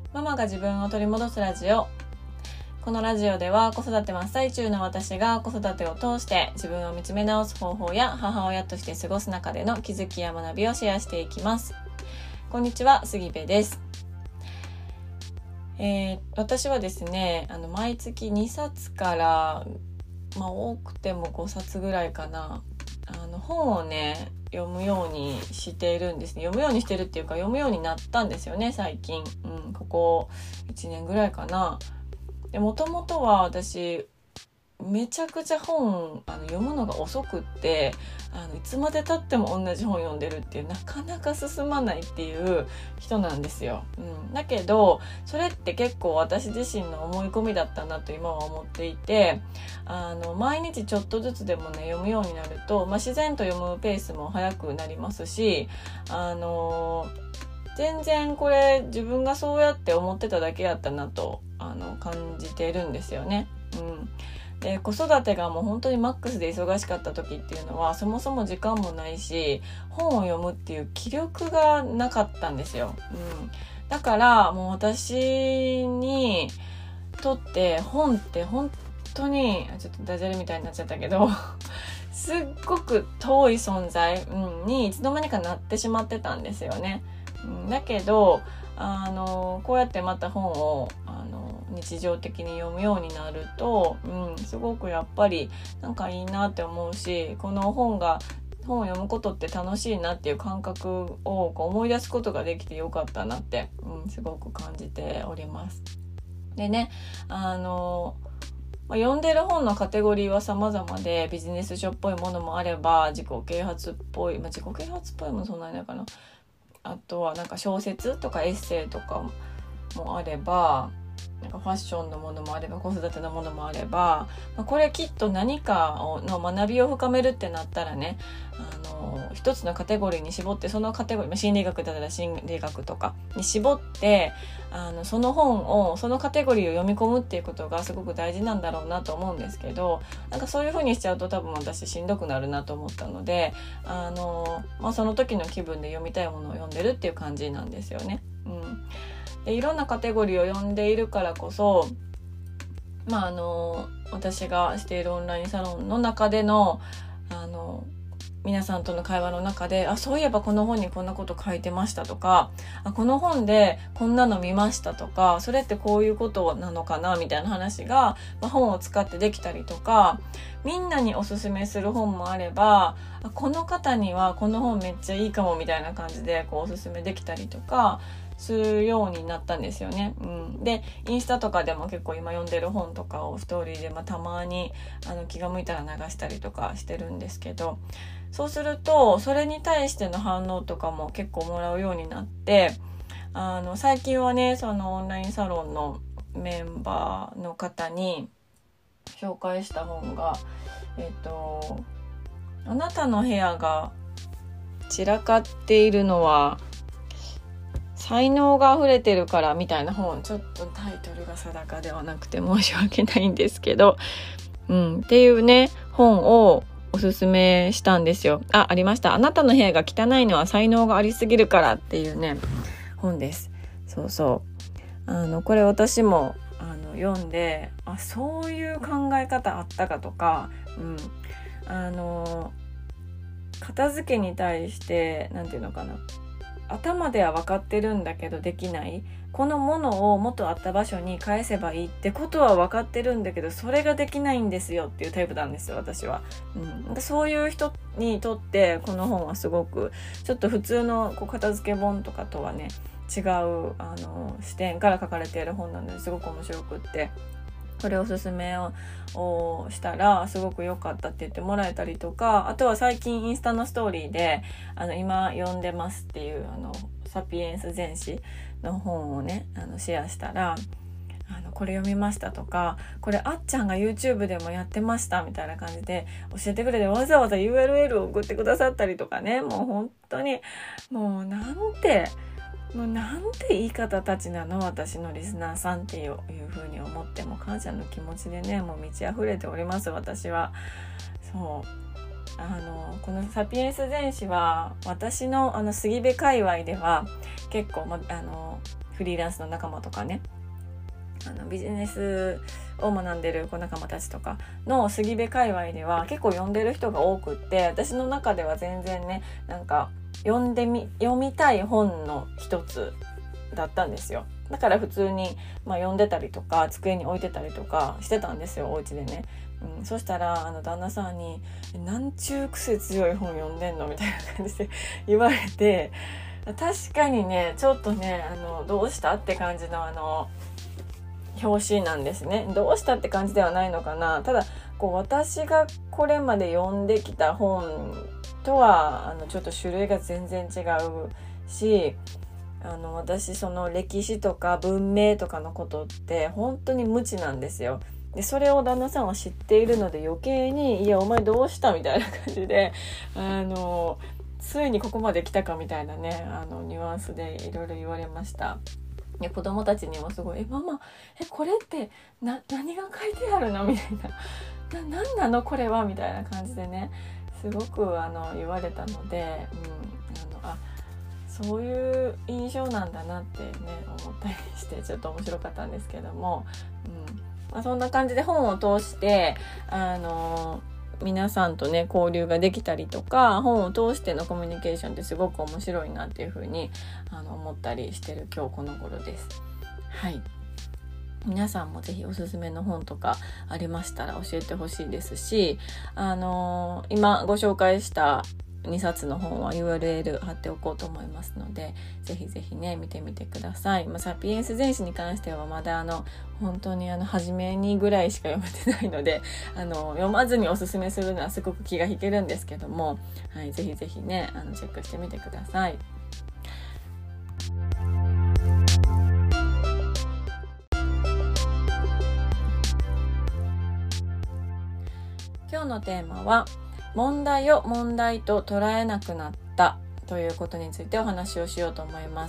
ママが自分を取り戻すラジオ。このラジオでは子育て真っ最中の私が子育てを通して自分を見つめ直す方法や母親として過ごす中での気づきや学びをシェアしていきます。こんにちは、杉部です。私はですね、毎月2冊から、多くても5冊ぐらいかな、本をね読むようにしているんですね。読むようにしてるっていうか、読むようになったんですよね、最近。ここ1年ぐらいかな。で、もともとは私めちゃくちゃ本読むのが遅くって、いつまで経っても同じ本読んでるっていう、なかなか進まないっていう人なんですよ。だけどそれって結構私自身の思い込みだったなと今は思っていて、毎日ちょっとずつでもね読むようになると、自然と読むペースも速くなりますし、全然これ自分がそうやって思ってただけやったなと感じているんですよね。で、子育てがもう本当にマックスで忙しかった時っていうのは、そもそも時間もないし、本を読むっていう気力がなかったんですよ。だからもう私にとって本って本当にちょっとダジャレみたいになっちゃったけどすっごく遠い存在、にいつの間にかなってしまってたんですよね。だけどこうやってまた本を日常的に読むようになると、すごくやっぱりなんかいいなって思うし、この本を読むことって楽しいなっていう感覚を思い出すことができてよかったなって、すごく感じております。でね、読んでる本のカテゴリーは様々で、ビジネス書っぽいものもあれば、自己啓発っぽい、自己啓発っぽいものそんなにないかな。あとはなんか小説とかエッセイとかもあれば、なんかファッションのものもあれば、子育てのものもあれば、これきっと何かの学びを深めるってなったらね、一つのカテゴリーに絞って、そのカテゴリー、心理学だったら心理学とかに絞って、その本を、そのカテゴリーを読み込むっていうことがすごく大事なんだろうなと思うんですけど、なんかそういう風にしちゃうと多分私しんどくなるなと思ったので、その時の気分で読みたいものを読んでるっていう感じなんですよね。で、いろんなカテゴリーを読んでいるからこそ、私がしているオンラインサロンの中での皆さんとの会話の中で、そういえばこの本にこんなこと書いてましたとか、この本でこんなの見ましたとか、それってこういうことなのかなみたいな話が、本を使ってできたりとか、みんなにおすすめする本もあれば、この方にはこの本めっちゃいいかもみたいな感じでおすすめできたりとかするようになったんですよね。で、インスタとかでも結構今読んでる本とかをストーリーでたまに気が向いたら流したりとかしてるんですけど、そうするとそれに対しての反応とかも結構もらうようになって、最近はね、そのオンラインサロンのメンバーの方に紹介した本が、あなたの部屋が散らかっているのは才能が溢れてるからみたいな本、ちょっとタイトルが定かではなくて申し訳ないんですけど、っていうね本をおすすめしたんですよ。ありました。あなたの部屋が汚いのは才能がありすぎるからっていうね本です。これ私も読んで、そういう考え方あったかとか、片付けに対してなんていうのかな、頭では分かってるんだけどできない、このものを元あった場所に返せばいいってことは分かってるんだけど、それができないんですよっていうタイプなんですよ、私は。そういう人にとってこの本はすごくちょっと普通の片付け本とかとはね違う視点から書かれている本なので、すごく面白くって、これおすすめをしたらすごく良かったって言ってもらえたりとか、あとは最近インスタのストーリーで今読んでますっていうサピエンス全史の本をねシェアしたら、これ読みましたとか、これあっちゃんが YouTube でもやってましたみたいな感じで教えてくれて、わざわざ URL を送ってくださったりとかね、もう本当にもうなんていい方たちなの、私のリスナーさんっていう風に思って、も感謝の気持ちでねもう満ち溢れております、私は。このサピエンス全史は私の杉部界隈では結構、 フリーランスの仲間とかね、ビジネスを学んでる仲間たちとかの杉部界隈では結構読んでる人が多くって、私の中では全然ねなんか読みたい本の一つだったんですよ。だから普通に、読んでたりとか机に置いてたりとかしてたんですよ、お家でね。そしたら旦那さんになんちゅう癖強い本読んでんのみたいな感じで言われて、確かにねちょっとねどうしたって感じの表紙なんですね。どうしたって感じではないのかな。ただ私がこれまで読んできた本とはちょっと種類が全然違うし、私その歴史とか文明とかのことって本当に無知なんですよ。でそれを旦那さんは知っているので余計にいやお前どうしたみたいな感じでついにここまで来たかみたいなねニュアンスでいろいろ言われました。で子供たちにもすごいママこれって何が書いてあるのみたいな何なのこれはみたいな感じでねすごく言われたので、そういう印象なんだなってね思ったりしてちょっと面白かったんですけども、そんな感じで本を通して皆さんとね交流ができたりとか、本を通してのコミュニケーションってすごく面白いなっていう風に思ったりしてる今日この頃です。はい、皆さんもぜひおすすめの本とかありましたら教えてほしいですし、今ご紹介した2冊の本は URL 貼っておこうと思いますので、ぜひぜひね見てみてください。サピエンス全史に関してはまだ本当に初めにぐらいしか読めてないので読まずにおすすめするのはすごく気が引けるんですけども、はい、ぜひぜひねチェックしてみてください。今日のテーマは問題を問題と捉えなくなったということについてお話をしようと思います。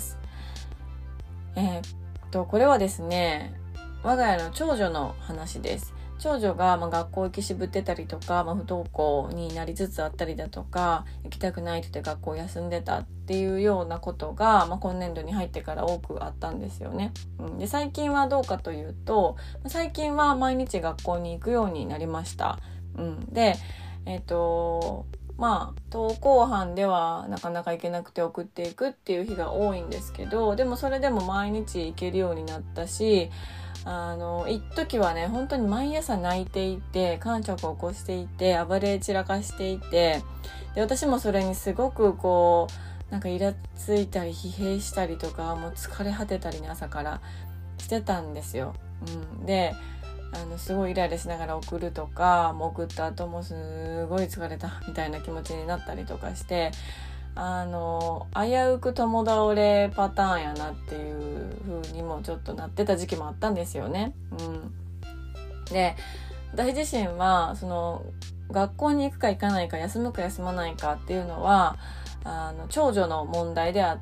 これはですね、我が家の長女の話です。長女が学校行き渋ってたりとか、不登校になりつつあったりだとか、行きたくないって言って学校休んでたっていうようなことが、今年度に入ってから多くあったんですよね。で最近はどうかというと、最近は毎日学校に行くようになりました。で登校班ではなかなか行けなくて送っていくっていう日が多いんですけど、でもそれでも毎日行けるようになったし、一時はね本当に毎朝泣いていて感触を起こしていて暴れ散らかしていて、で私もそれにすごくイラついたり疲弊したりとかもう疲れ果てたりね朝からしてたんですよ。ですごいイライラしながら送るとか、もう送った後もすごい疲れたみたいな気持ちになったりとかして、危うく友倒れパターンやなっていう風にもちょっとなってた時期もあったんですよね。で私自身は学校に行くか行かないか、休むか休まないかっていうのは長女の問題であって、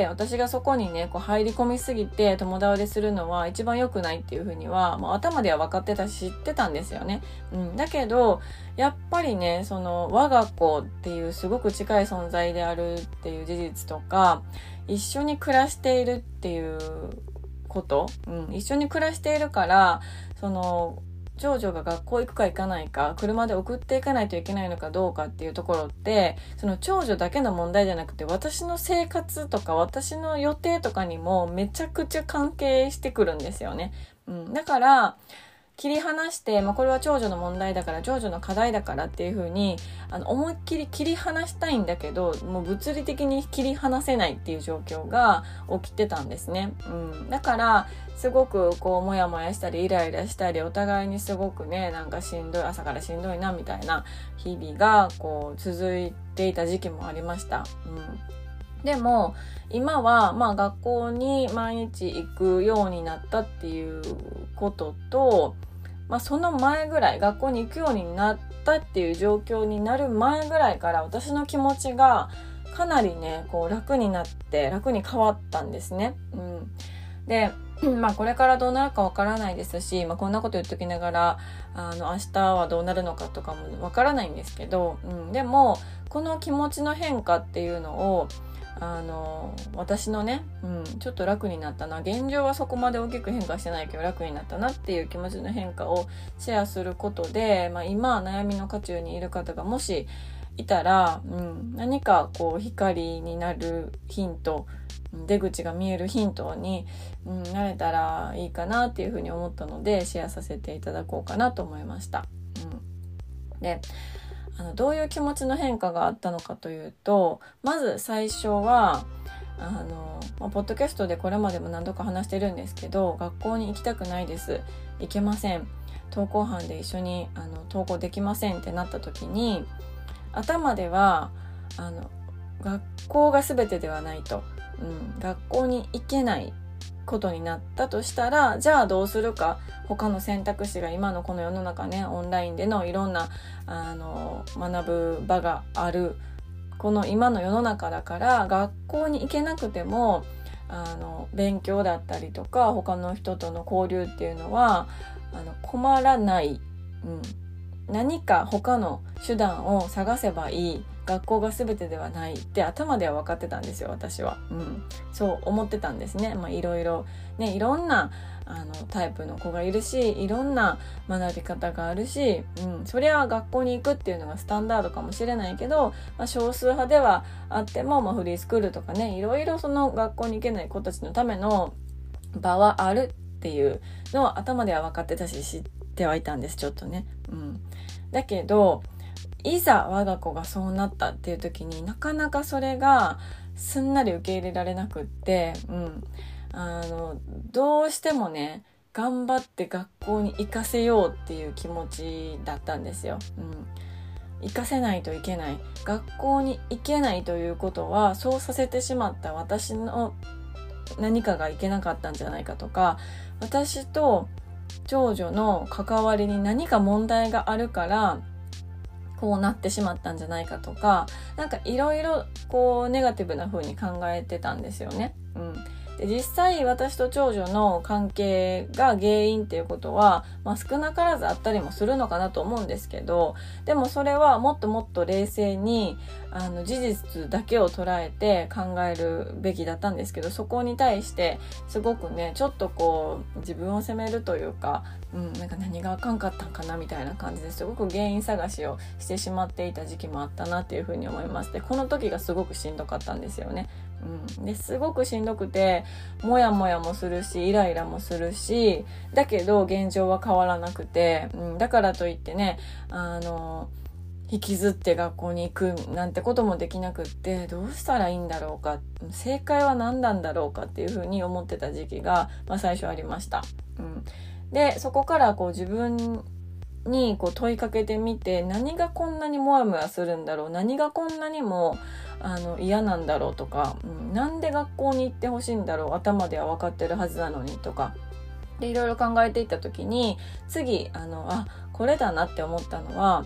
私がそこにね入り込みすぎて友倒れするのは一番良くないっていうふうにはもう頭では分かってたし知ってたんですよね。だけどやっぱりね我が子っていうすごく近い存在であるっていう事実とか、一緒に暮らしているっていうこと、一緒に暮らしているから長女が学校行くか行かないか、車で送っていかないといけないのかどうかっていうところって、長女だけの問題じゃなくて、私の生活とか私の予定とかにもめちゃくちゃ関係してくるんですよね。だから切り離して、これは長女の問題だから長女の課題だからっていう風に思いっきり切り離したいんだけど、もう物理的に切り離せないっていう状況が起きてたんですね。だからすごくモヤモヤしたりイライラしたり、お互いにすごくねしんどい、朝からしんどいなみたいな日々が続いていた時期もありました。でも今は学校に毎日行くようになったっていうことと、その前ぐらい、学校に行くようになったっていう状況になる前ぐらいから私の気持ちがかなりね楽になって楽に変わったんですね。でこれからどうなるかわからないですし、こんなこと言っときながら明日はどうなるのかとかもわからないんですけど、でもこの気持ちの変化っていうのを私のね、ちょっと楽になったな、現状はそこまで大きく変化してないけど楽になったなっていう気持ちの変化をシェアすることで、今悩みの渦中にいる方がもしいたら、何かこう光になるヒント、出口が見えるヒントに、なれたらいいかなっていうふうに思ったのでシェアさせていただこうかなと思いました。で、どういう気持ちの変化があったのかというと、まず最初はポッドキャストでこれまでも何度か話してるんですけど、学校に行きたくないです、行けません、登校班で一緒に登校できませんってなった時に、頭では学校が全てではないと、学校に行けないことになったとしたら、じゃあどうするか、他の選択肢が今のこの世の中ね、オンラインでのいろんな学ぶ場があるこの今の世の中だから、学校に行けなくても勉強だったりとか他の人との交流っていうのは困らない、何か他の手段を探せばいい、学校が全てではないって頭では分かってたんですよ、私は。そう思ってたんですね。いろいろね、いろんなタイプの子がいるし、いろんな学び方があるし、そりゃ学校に行くっていうのがスタンダードかもしれないけど、少数派ではあっても、フリースクールとかね、いろいろその学校に行けない子たちのための場はあるっていうのは頭では分かってたし、知ってはいたんです、ちょっとね。だけどいざ我が子がそうなったっていう時に、なかなかそれがすんなり受け入れられなくって、どうしてもね、頑張って学校に行かせようっていう気持ちだったんですよ。行かせないといけない、学校に行けないということは、そうさせてしまった私の何かがいけなかったんじゃないかとか、私と長女の関わりに何か問題があるからこうなってしまったんじゃないかとか、なんかいろいろこうネガティブな風に考えてたんですよね。で、実際私と長女の関係が原因っていうことは、少なからずあったりもするのかなと思うんですけど、でもそれはもっともっと冷静に事実だけを捉えて考えるべきだったんですけど、そこに対してすごくね、ちょっとこう自分を責めるというか、なんか何があかんかったんかなみたいな感じですごく原因探しをしてしまっていた時期もあったなっていうふうに思います。で、この時がすごくしんどかったんですよね。ですごくしんどくて、モヤモヤもするしイライラもするし、だけど現状は変わらなくて、だからといってね、引きずって学校に行くなんてこともできなくって、どうしたらいいんだろうか、正解は何なんだろうかっていうふうに思ってた時期が、最初ありました。で、そこからこう自分にこう問いかけてみて、何がこんなにモヤモヤするんだろう、何がこんなにも嫌なんだろうとか、なんで学校に行ってほしいんだろう、頭では分かってるはずなのにとかで、いろいろ考えていった時に、次これだなって思ったのは、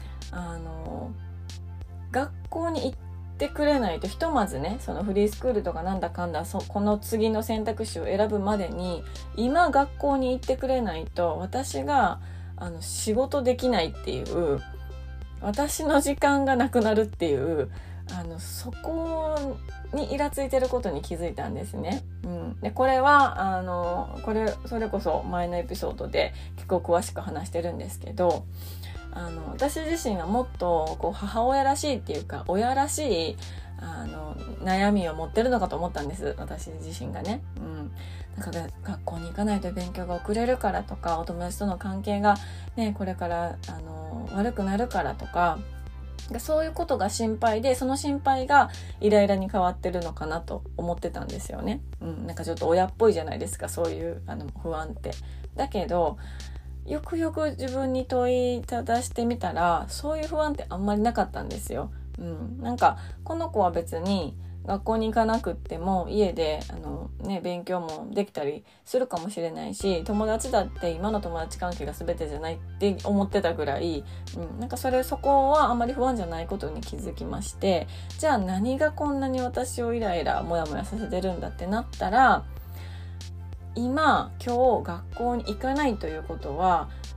学校に行ってくれないと、ひとまずね、そのフリースクールとかなんだかんだ、この次の選択肢を選ぶまでに、今学校に行ってくれないと私が仕事できないっていう、私の時間がなくなるっていう、そこにイラついてることに気づいたんですね。で、これはそれこそ前のエピソードで結構詳しく話してるんですけど、私自身がもっとこう母親らしいっていうか親らしい悩みを持ってるのかと思ったんです、私自身がね。なんか学校に行かないと勉強が遅れるからとか、お友達との関係がね、これから悪くなるからとか、そういうことが心配で、その心配がイライラに変わってるのかなと思ってたんですよね。なんかちょっと親っぽいじゃないですか、そういう不安って。だけどよくよく自分に問いただしてみたら、そういう不安ってあんまりなかったんですよ。なんかこの子は別に学校に行かなくっても家で勉強もできたりするかもしれないし、友達だって今の友達関係が全てじゃないって思ってたぐらい、なんかそこはあんまり不安じゃないことに気づきまして、じゃあ何がこんなに私をイライラモヤモヤさせてるんだってなったら、今日学校に行かないということは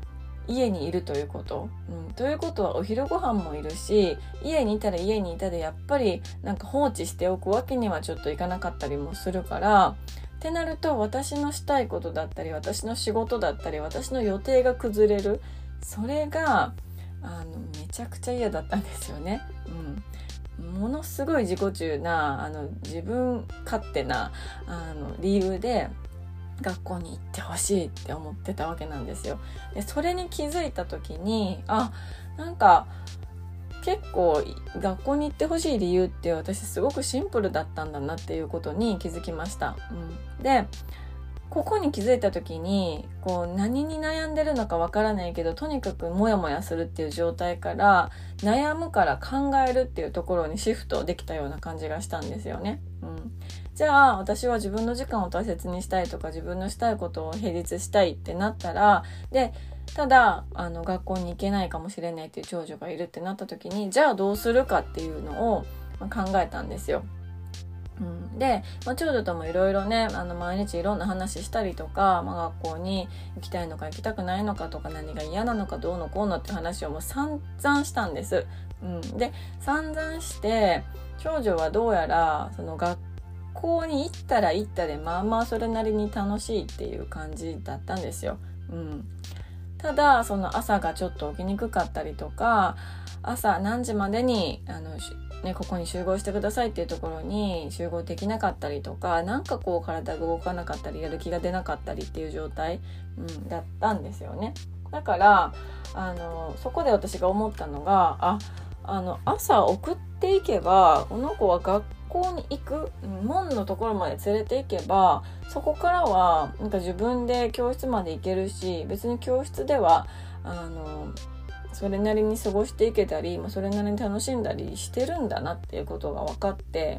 家にいるということ、ということはお昼ご飯もいるし、家にいたら家にいたでやっぱりなんか放置しておくわけにはちょっといかなかったりもするから、ってなると私のしたいことだったり、私の仕事だったり、私の予定が崩れる、それがめちゃくちゃ嫌だったんですよね。ものすごい自己中な自分勝手な理由で学校に行ってほしいって思ってたわけなんですよ。でそれに気づいた時になんか結構学校に行ってほしい理由って私すごくシンプルだったんだなっていうことに気づきました。でここに気づいた時に何に悩んでるのかわからないけど、とにかくモヤモヤするっていう状態から悩むから考えるっていうところにシフトできたような感じがしたんですよね。じゃあ私は自分の時間を大切にしたいとか、自分のしたいことを並立したいってなったら、でただ学校に行けないかもしれないっていう長女がいるってなった時に、じゃあどうするかっていうのを考えたんですよ。で、長女ともいろいろね毎日いろんな話したりとか、学校に行きたいのか行きたくないのかとか、何が嫌なのかどうのこうのって話をもう散々したんです。で散々して、長女はどうやらその学校に行ったら行ったでそれなりに楽しいっていう感じだったんですよ。ただその朝がちょっと起きにくかったりとか、朝何時までにここに集合してくださいっていうところに集合できなかったりとか、なんか体が動かなかったり、やる気が出なかったりっていう状態、だったんですよね。だからそこで私が思ったのが、朝送っていけば、この子は学校に行く門のところまで連れて行けば、そこからはなんか自分で教室まで行けるし、別に教室ではそれなりに過ごしていけたり、それなりに楽しんだりしてるんだなっていうことが分かって、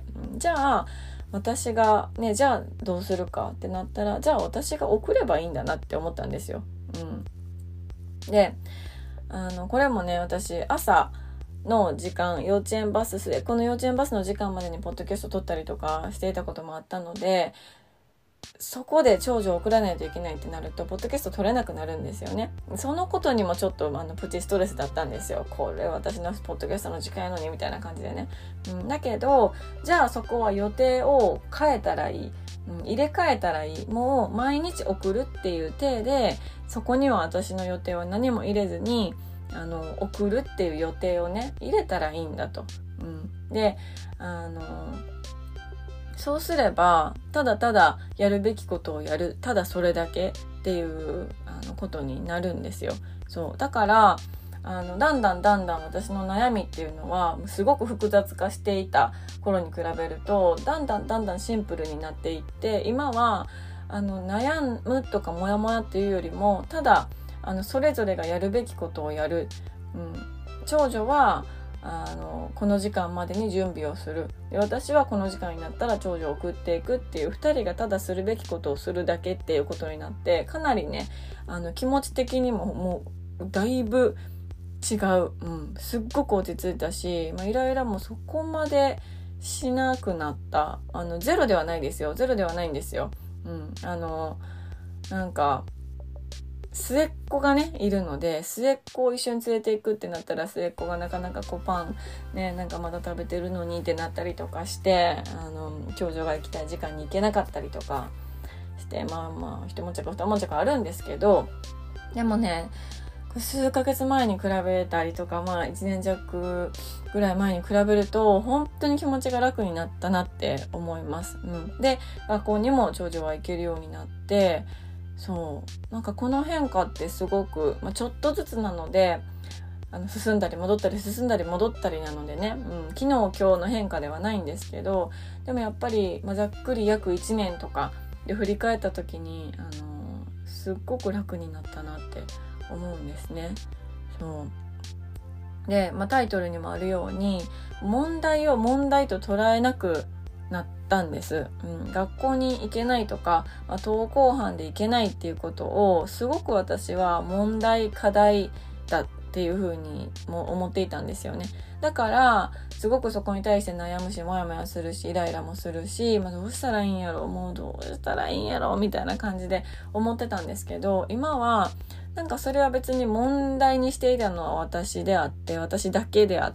じゃあ私がね、じゃあどうするかってなったら、じゃあ私が送ればいいんだなって思ったんですよ。でこれもね、私朝の時間、幼稚園バスでこの幼稚園バスの時間までにポッドキャスト撮ったりとかしていたこともあったので、そこで長女を送らないといけないってなるとポッドキャスト撮れなくなるんですよね。そのことにもちょっとプチストレスだったんですよ。これ私のポッドキャストの時間やのにみたいな感じでね。だけどじゃあそこは予定を変えたらいい、入れ替えたらいい、もう毎日送るっていう体で、そこには私の予定は何も入れずに送るっていう予定をね入れたらいいんだと。でそうすればただただやるべきことをやる、ただそれだけっていうことになるんですよ。そうだからだんだん私の悩みっていうのはすごく複雑化していた頃に比べると、だんだんシンプルになっていって、今は悩むとかモヤモヤっていうよりも、ただそれぞれがやるべきことをやる。長女はこの時間までに準備をする。で私はこの時間になったら長女を送っていくっていう、2人がただするべきことをするだけっていうことになって、かなりね気持ち的にももうだいぶ違う、すっごく落ち着いたし、イライラもそこまでしなくなった。ゼロではないですよ、ゼロではないんですよ。なんか末っ子がねいるので、末っ子を一緒に連れていくってなったら、末っ子がなかなかパンねなんかまだ食べてるのにってなったりとかして、長女が行きたい時間に行けなかったりとかして、一悶着二悶着あるんですけど、でもね数ヶ月前に比べたりとか、1年弱ぐらい前に比べると本当に気持ちが楽になったなって思います。で学校にも長女は行けるようになって、そうなんかこの変化ってすごく、ちょっとずつなので進んだり戻ったり進んだり戻ったりなのでね、昨日今日の変化ではないんですけど、でもやっぱり、ざっくり約1年とかで振り返った時にすっごく楽になったなって思うんですね。そうで、タイトルにもあるように問題を問題と捉えなくなったんです。学校に行けないとか、登校班で行けないっていうことをすごく私は問題課題だっていう風にも思っていたんですよね。だからすごくそこに対して悩むし、モヤモヤするし、イライラもするし、どうしたらいいんやろ、もうどうしたらいいんやろみたいな感じで思ってたんですけど、今はなんかそれは別に問題にしていたのは私であって、私だけであって、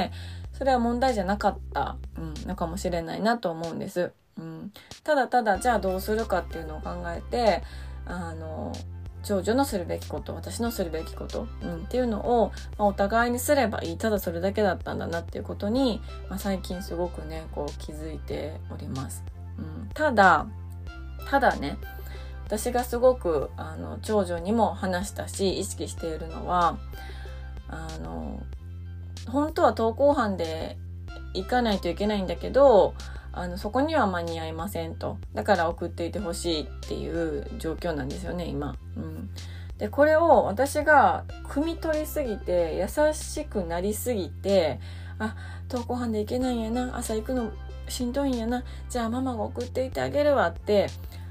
それは問題じゃなかった、のかもしれないなと思うんです。ただただじゃあどうするかっていうのを考えて、長女のするべきこと、私のするべきこと、っていうのを、お互いにすればいい、ただそれだけだったんだなっていうことに、最近すごくねこう気づいております。ただね、私がすごく長女にも話したし意識しているのは、本当は登校班で行かないといけないんだけど、そこには間に合いませんと、だから送っていてほしいっていう状況なんですよね今。でこれを私が汲み取りすぎて、優しくなりすぎて、登校班で行けないんやな、朝行くのしんどいんやな、じゃあママが送っていてあげるわって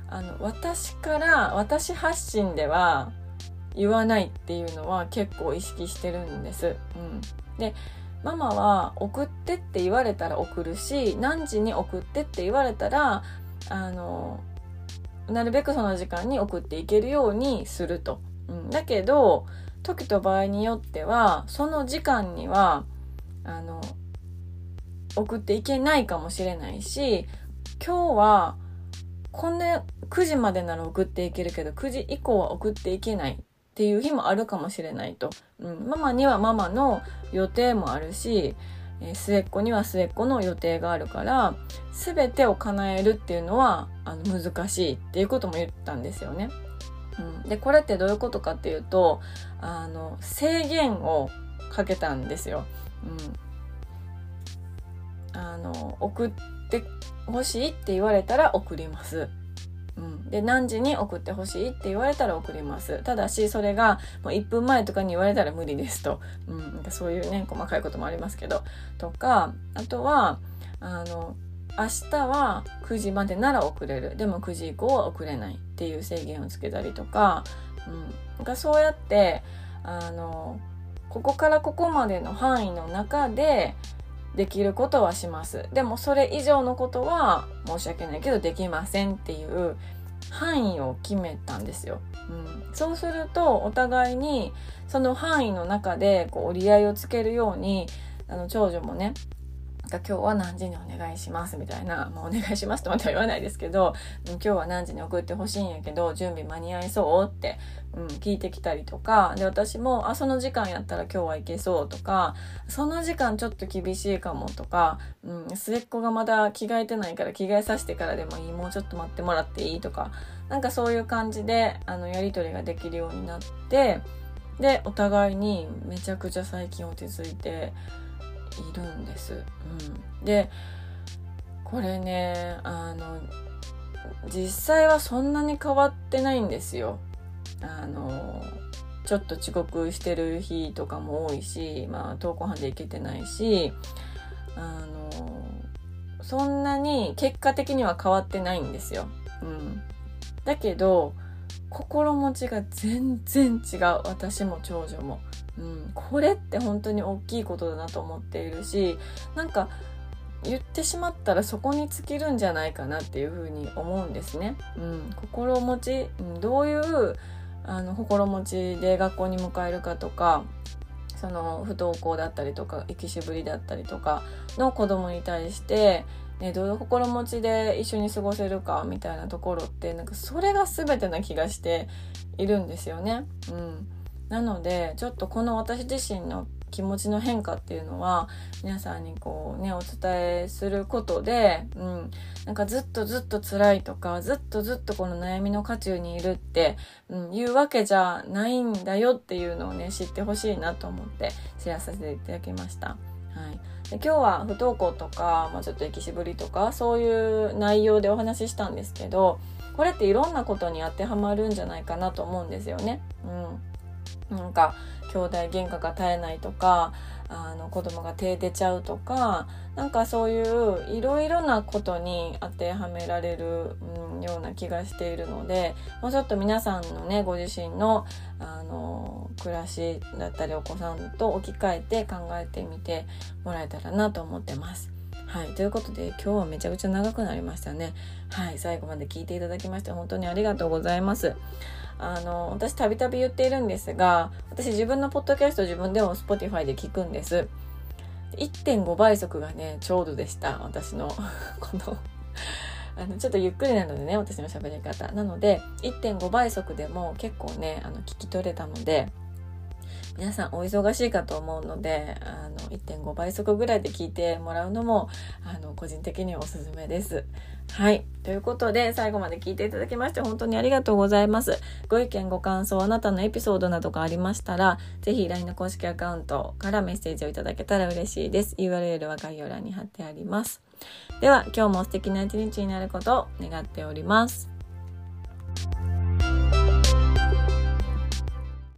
私発信では言わないっていうのは結構意識してるんです。でママは送ってって言われたら送るし、何時に送ってって言われたらなるべくその時間に送っていけるようにすると。だけど時と場合によってはその時間には送っていけないかもしれないし、今日はこんな9時までなら送っていけるけど9時以降は送っていけないっていう日もあるかもしれないと。ママにはママの予定もあるし、末っ子には末っ子の予定があるから、全てを叶えるっていうのは難しいっていうことも言ったんですよね。でこれってどういうことかっていうと、制限をかけたんですよ。送ってほしいって言われたら送ります。で何時に送ってほしいって言われたら送ります。ただしそれがもう1分前とかに言われたら無理ですと。なんかそういうね細かいこともありますけど、とか、あとは明日は9時までなら送れる、でも9時以降は送れないっていう制限をつけたりとか、なんかそうやってここからここまでの範囲の中でできることはします。でもそれ以上のことは申し訳ないけどできませんっていう範囲を決めたんですよ。そうするとお互いにその範囲の中でこう折り合いをつけるように、長女もね、今日は何時にお願いしますみたいな、お願いしますとまでは言わないですけど、今日は何時に送ってほしいんやけど準備間に合いそうって、聞いてきたりとかで、私もその時間やったら今日は行けそうとか、その時間ちょっと厳しいかもとか、末っ子がまだ着替えてないから着替えさせてからでもいい、もうちょっと待ってもらっていいとか、なんかそういう感じでやり取りができるようになって、でお互いにめちゃくちゃ最近落ち着いているんです。でこれね実際はそんなに変わってないんですよ。ちょっと遅刻してる日とかも多いし、登校班で行けてないし、そんなに結果的には変わってないんですよ。だけど心持ちが全然違う、私も長女も。これって本当に大きいことだなと思っているし、なんか言ってしまったらそこに尽きるんじゃないかなっていうふうに思うんですね。心持ち、どういう心持ちで学校に迎えるかとか、その不登校だったりとか行きしぶりだったりとかの子供に対して、どういう心持ちで一緒に過ごせるかみたいなところって、なんかそれが全てな気がしているんですよね。なのでちょっとこの私自身の気持ちの変化っていうのは皆さんにこうねお伝えすることで、なんかずっと辛いとかずっとこの悩みの渦中にいるって、いうわけじゃないんだよっていうのをね知ってほしいなと思ってシェアさせていただきました。で今日は不登校とか、ちょっと行きしぶりとかそういう内容でお話ししたんですけど、これっていろんなことに当てはまるんじゃないかなと思うんですよね。なんか兄弟喧嘩が絶えないとか、子供が手出ちゃうとか、なんかそういういろいろなことに当てはめられる、 ような気がしているので、もうちょっと皆さんのねご自身の暮らしだったりお子さんと置き換えて考えてみてもらえたらなと思ってます。はい、ということで今日はめちゃくちゃ長くなりましたね。はい、最後まで聞いていただきまして本当にありがとうございます。私たびたび言っているんですが、私自分のポッドキャスト自分でも Spotify で聞くんです。1.5 倍速がねちょうどでした。私のこのちょっとゆっくりなのでね、私の喋り方なので 1.5 倍速でも結構ね聞き取れたので、皆さんお忙しいかと思うので1.5 倍速ぐらいで聞いてもらうのも個人的にはおすすめです。はい、ということで最後まで聞いていただきまして本当にありがとうございます。ご意見ご感想、あなたのエピソードなどがありましたら、ぜひ LINE の公式アカウントからメッセージをいただけたら嬉しいです。 URL は概要欄に貼ってあります。では今日も素敵な一日になることを願っております。